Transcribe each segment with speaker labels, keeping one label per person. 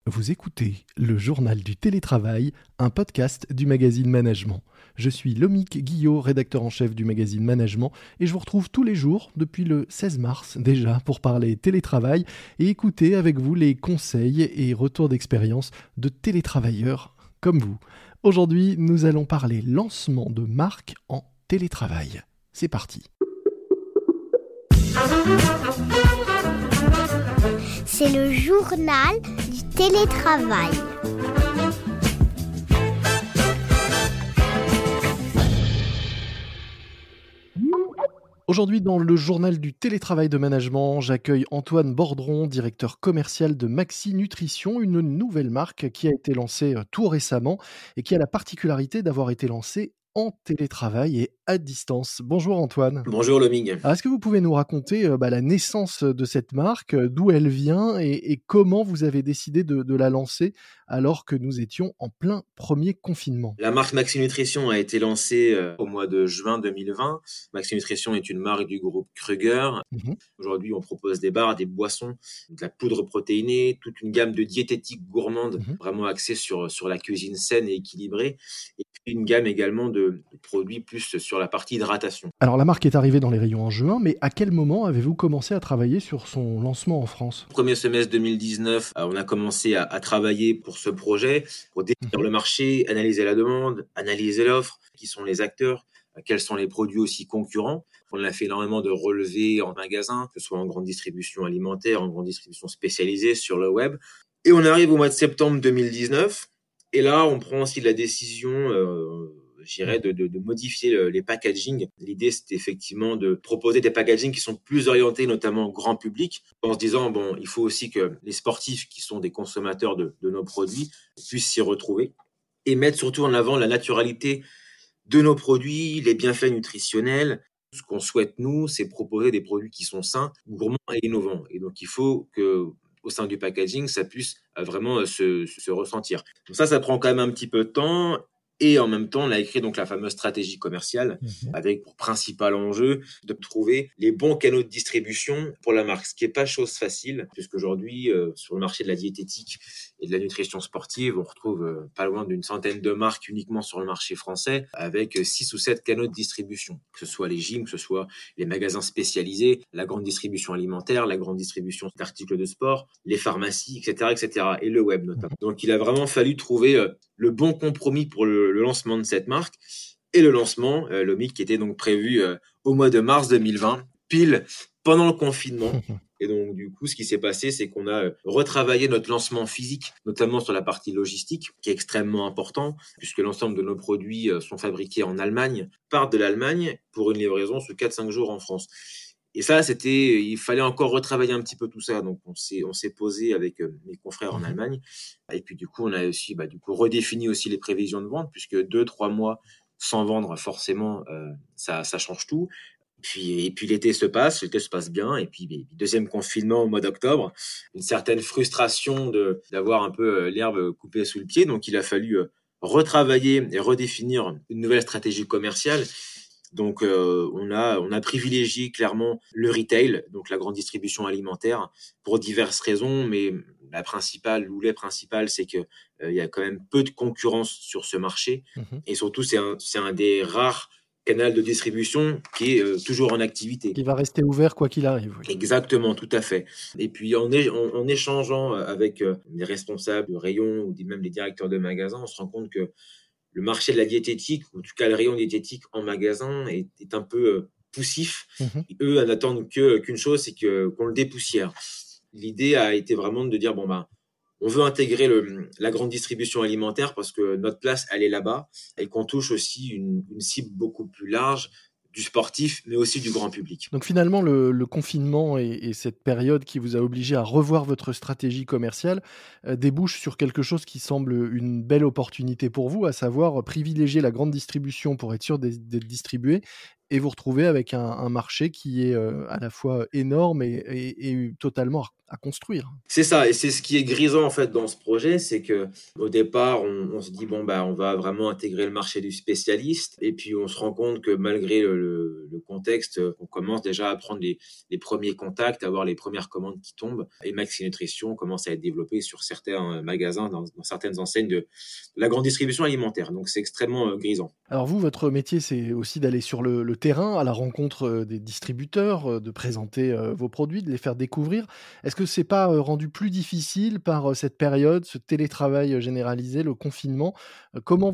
Speaker 1: Vous écoutez le journal du télétravail, un podcast du magazine Management. Je suis Lomique Guillot, rédacteur en chef du magazine Management, et je vous retrouve tous les jours depuis le 16 mars déjà pour parler télétravail et écouter avec vous les conseils et retours d'expérience de télétravailleurs comme vous. Aujourd'hui, nous allons parler lancement de marque en télétravail. C'est parti.
Speaker 2: C'est le journal du télétravail.
Speaker 1: Aujourd'hui, dans le journal du télétravail de management, j'accueille Antoine Bordron, directeur commercial de Maxi Nutrition, une nouvelle marque qui a été lancée tout récemment et qui a la particularité d'avoir été lancée en télétravail et à distance. Bonjour Antoine.
Speaker 3: Bonjour Lomig.
Speaker 1: Alors, est-ce que vous pouvez nous raconter la naissance de cette marque, d'où elle vient et comment vous avez décidé de la lancer alors que nous étions en plein premier confinement?
Speaker 3: La marque Maxi Nutrition a été lancée au mois de juin 2020. Maxi Nutrition est une marque du groupe Kruger. Aujourd'hui, on propose des bars, des boissons, de la poudre protéinée, toute une gamme de diététiques gourmandes, vraiment axée sur la cuisine saine et équilibrée. Et puis une gamme également de produits plus sur la partie hydratation.
Speaker 1: Alors la marque est arrivée dans les rayons en juin, mais à quel moment avez-vous commencé à travailler sur son lancement en France?
Speaker 3: Premier semestre 2019, on a commencé à travailler pour ce projet, pour définir le marché, analyser la demande, analyser l'offre, qui sont les acteurs, quels sont les produits aussi concurrents. On a fait énormément de relevés en magasin, que ce soit en grande distribution alimentaire, en grande distribution spécialisée sur le web. Et on arrive au mois de septembre 2019, et là on prend aussi la décision de modifier les packaging. L'idée, c'était effectivement de proposer des packaging qui sont plus orientés notamment au grand public, en se disant, il faut aussi que les sportifs qui sont des consommateurs de nos produits puissent s'y retrouver et mettre surtout en avant la naturalité de nos produits, les bienfaits nutritionnels. Ce qu'on souhaite, nous, c'est proposer des produits qui sont sains, gourmands et innovants. Et donc, il faut que au sein du packaging, ça puisse vraiment se ressentir. Donc ça prend quand même un petit peu de temps. Et en même temps, on a écrit donc la fameuse stratégie commerciale avec pour principal enjeu de trouver les bons canaux de distribution pour la marque, ce qui n'est pas chose facile, puisqu'aujourd'hui, sur le marché de la diététique et de la nutrition sportive, on retrouve pas loin d'une centaine de marques uniquement sur le marché français, avec 6 ou 7 canaux de distribution, que ce soit les gyms, que ce soit les magasins spécialisés, la grande distribution alimentaire, la grande distribution d'articles de sport, les pharmacies, etc., etc., et le web notamment. Donc il a vraiment fallu trouver le bon compromis pour le lancement de cette marque et le lancement, Lomic, qui était donc prévu au mois de mars 2020, pile pendant le confinement. Et donc, du coup, ce qui s'est passé, c'est qu'on a retravaillé notre lancement physique, notamment sur la partie logistique, qui est extrêmement important, puisque l'ensemble de nos produits sont fabriqués en Allemagne, partent de l'Allemagne pour une livraison sous 4-5 jours en France. Et ça, il fallait encore retravailler un petit peu tout ça. Donc, on s'est posé avec mes confrères en Allemagne. Et puis, du coup, on a aussi, redéfini aussi les prévisions de vente, puisque 2-3 mois sans vendre, forcément, ça change tout. Et puis l'été se passe bien. Et puis, deuxième confinement au mois d'octobre, une certaine frustration d'avoir un peu l'herbe coupée sous le pied. Donc, il a fallu retravailler et redéfinir une nouvelle stratégie commerciale. Donc, on a privilégié clairement le retail, donc la grande distribution alimentaire, pour diverses raisons, mais les principales, c'est que il y a quand même peu de concurrence sur ce marché, et surtout c'est un des rares canaux de distribution qui est toujours en activité.
Speaker 1: Qui va rester ouvert quoi qu'il arrive. Oui.
Speaker 3: Exactement, tout à fait. Et puis en échangeant avec les responsables de rayon ou même les directeurs de magasins, on se rend compte que le marché de la diététique, ou en tout cas le rayon diététique en magasin, est un peu poussif. Eux n'attendent qu'une chose, c'est qu'on le dépoussière. L'idée a été vraiment de dire, on veut intégrer la grande distribution alimentaire parce que notre place, elle est là-bas et qu'on touche aussi une cible beaucoup plus large du sportif, mais aussi du grand public.
Speaker 1: Donc finalement, le confinement et cette période qui vous a obligé à revoir votre stratégie commerciale débouche sur quelque chose qui semble une belle opportunité pour vous, à savoir privilégier la grande distribution pour être sûr d'être distribué et vous retrouvez avec un marché qui est à la fois énorme et totalement à construire.
Speaker 3: C'est ça, et c'est ce qui est grisant en fait dans ce projet, c'est que au départ, on se dit bon bah on va vraiment intégrer le marché du spécialiste, et puis on se rend compte que malgré le contexte, on commence déjà à prendre les premiers contacts, à avoir les premières commandes qui tombent, et Maxi Nutrition commence à être développé sur certains magasins, dans certaines enseignes de la grande distribution alimentaire. Donc c'est extrêmement grisant.
Speaker 1: Alors vous, votre métier, c'est aussi d'aller sur le terrain, à la rencontre, des distributeurs, de présenter, vos produits, de les faire découvrir. Est-ce que c'est pas, rendu plus difficile par, cette période, ce télétravail, généralisé, le confinement? Comment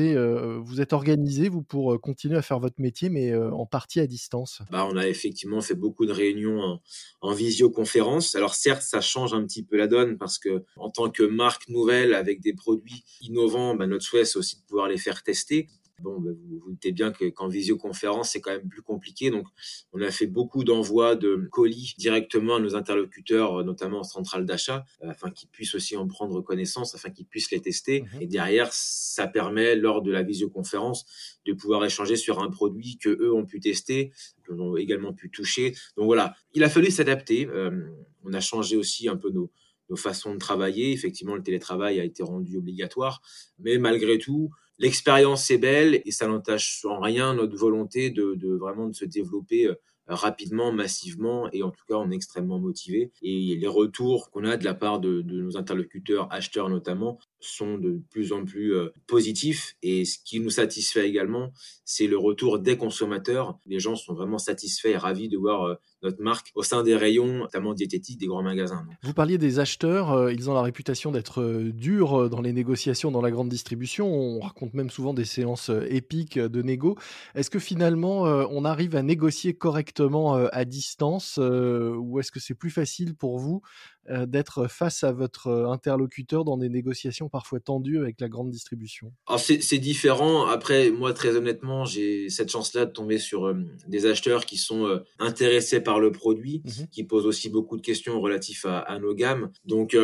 Speaker 1: vous êtes organisé, vous, pour, continuer à faire votre métier, mais, en partie à distance?
Speaker 3: Bah, on a effectivement fait beaucoup de réunions en visioconférence. Alors certes, ça change un petit peu la donne parce que en tant que marque nouvelle avec des produits innovants, bah, notre souhait c'est aussi de pouvoir les faire tester. Bon, bah, vous doutez bien qu'en visioconférence, c'est quand même plus compliqué. Donc, on a fait beaucoup d'envois de colis directement à nos interlocuteurs, notamment en centrale d'achat, afin qu'ils puissent aussi en prendre connaissance, afin qu'ils puissent les tester.
Speaker 1: Mmh.
Speaker 3: Et derrière, ça permet, lors de la visioconférence, de pouvoir échanger sur un produit que eux ont pu tester, que ont également pu toucher. Donc voilà, il a fallu s'adapter. On a changé aussi un peu nos façons de travailler. Effectivement, le télétravail a été rendu obligatoire, mais malgré tout, l'expérience est belle et ça n'entache en rien notre volonté de vraiment de se développer rapidement, massivement, et en tout cas, on est extrêmement motivé. Et les retours qu'on a de la part de nos interlocuteurs, acheteurs notamment, sont de plus en plus positifs. Et ce qui nous satisfait également, c'est le retour des consommateurs. Les gens sont vraiment satisfaits et ravis de voir notre marque au sein des rayons, notamment diététiques, des grands magasins. Donc,
Speaker 1: Vous parliez des acheteurs, ils ont la réputation d'être, durs, dans les négociations dans la grande distribution. On raconte même souvent des séances, épiques, de négo. Est-ce que finalement, on arrive à négocier correctement, à distance, ou est-ce que c'est plus facile pour vous, d'être face à votre, interlocuteur dans des négociations parfois tendues avec la grande distribution?
Speaker 3: alors c'est différent. Après, moi, très honnêtement, j'ai cette chance-là de tomber sur des acheteurs qui sont intéressés par le produit,
Speaker 1: Mmh.
Speaker 3: qui posent aussi beaucoup de questions relatives à nos gammes. Donc,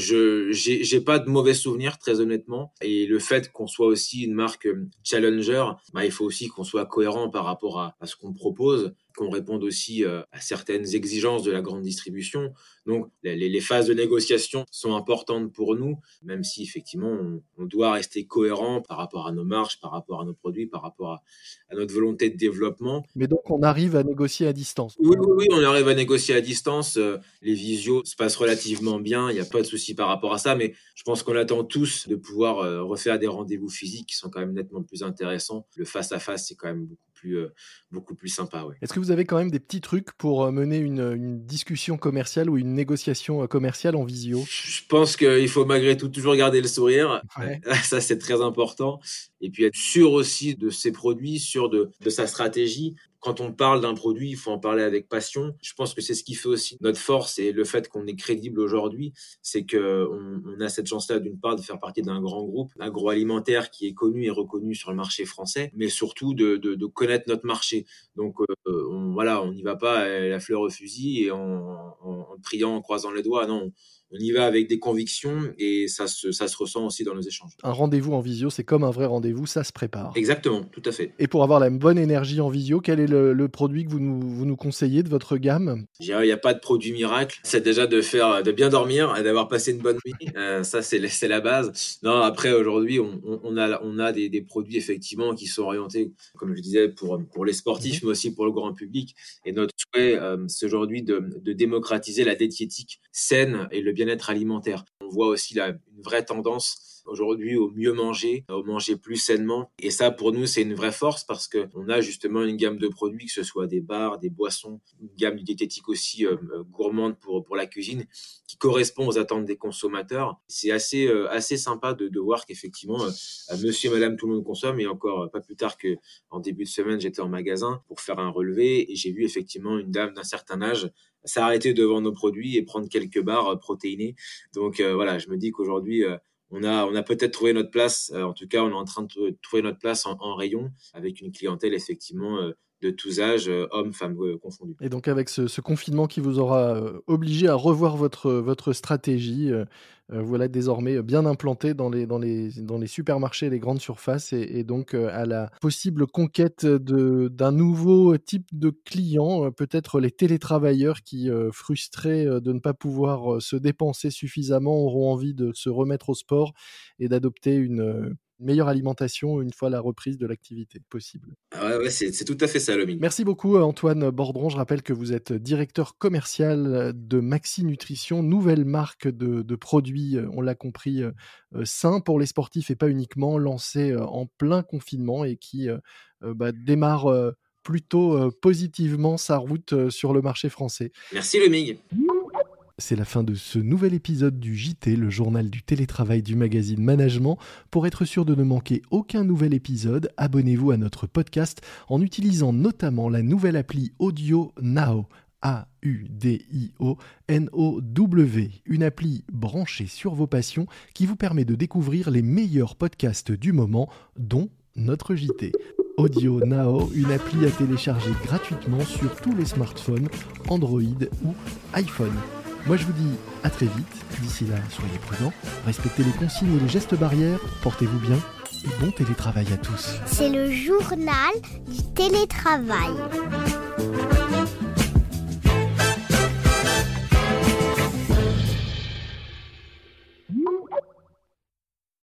Speaker 3: j'ai pas de mauvais souvenirs, très honnêtement. Et le fait qu'on soit aussi une marque challenger, bah, il faut aussi qu'on soit cohérent par rapport à ce qu'on propose, qu'on réponde aussi à certaines exigences de la grande distribution. Donc, les phases de négociation sont importantes pour nous, même si effectivement on doit rester cohérent par rapport à nos marges, par rapport à nos produits, par rapport à notre volonté de développement.
Speaker 1: Mais donc on arrive à négocier à distance?
Speaker 3: Oui, oui, oui, on arrive à négocier à distance. Les visios se passent relativement bien. Il n'y a pas de souci par rapport à ça, mais je pense qu'on attend tous de pouvoir refaire des rendez-vous physiques qui sont quand même nettement plus intéressants. Le face à face, c'est quand même beaucoup plus sympa, ouais.
Speaker 1: Est-ce que vous avez quand même des petits trucs pour, mener une discussion commerciale ou une négociation, commerciale en visio?
Speaker 3: Je pense qu'il faut malgré tout toujours garder le sourire.
Speaker 1: Ouais.
Speaker 3: Ça, c'est très important. Et puis être sûr aussi de ses produits, sûr de sa stratégie. Quand on parle d'un produit, il faut en parler avec passion. Je pense que c'est ce qui fait aussi notre force et le fait qu'on est crédible aujourd'hui, c'est que on a cette chance-là d'une part de faire partie d'un grand groupe agroalimentaire qui est connu et reconnu sur le marché français, mais surtout de connaître notre marché. Donc voilà, on n'y va pas la fleur au fusil et en priant, en croisant les doigts. Non, on y va avec des convictions et ça se ressent aussi dans nos échanges.
Speaker 1: Un rendez-vous en visio, c'est comme un vrai rendez-vous, ça se prépare.
Speaker 3: Exactement, tout à fait.
Speaker 1: Et pour avoir la bonne énergie en visio, quel est le produit que vous nous conseillez de votre gamme?
Speaker 3: Je dirais, il n'y a pas de produit miracle. C'est déjà de bien dormir et d'avoir passé une bonne nuit. Ça, c'est la base. Non, après, aujourd'hui, on a des produits, effectivement, qui sont orientés, comme je disais, pour les sportifs,
Speaker 1: Mmh.
Speaker 3: mais aussi pour le grand public. Et notre souhait, c'est aujourd'hui de démocratiser la diététique saine et le bien-être alimentaire. On voit aussi une vraie tendance aujourd'hui au mieux manger, au manger plus sainement. Et ça, pour nous, c'est une vraie force parce que on a justement une gamme de produits, que ce soit des bars, des boissons, une gamme diététique aussi gourmande pour la cuisine, qui correspond aux attentes des consommateurs. C'est assez sympa de voir qu'effectivement, monsieur et madame, tout le monde consomme. Et encore pas plus tard que en début de semaine, j'étais en magasin pour faire un relevé et j'ai vu effectivement une dame d'un certain âge s'arrêter devant nos produits et prendre quelques barres protéinées. Donc voilà, je me dis qu'aujourd'hui, on a peut-être trouvé notre place. En tout cas, on est en train de trouver notre place en rayon avec une clientèle effectivement de tous âges, hommes, femmes confondus.
Speaker 1: Et donc avec ce confinement qui vous aura obligé à revoir votre stratégie, voilà désormais bien implanté dans les supermarchés et les grandes surfaces et donc à la possible conquête d'un nouveau type de client, peut-être les télétravailleurs qui, frustrés de ne pas pouvoir se dépenser suffisamment, auront envie de se remettre au sport et d'adopter une meilleure alimentation une fois la reprise de l'activité possible.
Speaker 3: Ah ouais, c'est tout à fait ça, Lomi.
Speaker 1: Merci beaucoup Antoine Bordron. Je rappelle que vous êtes directeur commercial de Maxi Nutrition, nouvelle marque de produits, on l'a compris, sains pour les sportifs et pas uniquement, lancée en plein confinement et qui démarre plutôt positivement sa route sur le marché français.
Speaker 3: Merci Lomi.
Speaker 1: C'est la fin de ce nouvel épisode du JT, le journal du télétravail du magazine Management. Pour être sûr de ne manquer aucun nouvel épisode, abonnez-vous à notre podcast en utilisant notamment la nouvelle appli Audio Now. AUDIONOW, une appli branchée sur vos passions qui vous permet de découvrir les meilleurs podcasts du moment, dont notre JT. Audio Now, une appli à télécharger gratuitement sur tous les smartphones, Android ou iPhone. Moi je vous dis à très vite, d'ici là soyez prudents, respectez les consignes et les gestes barrières, portez-vous bien et bon télétravail à tous.
Speaker 2: C'est le journal du télétravail.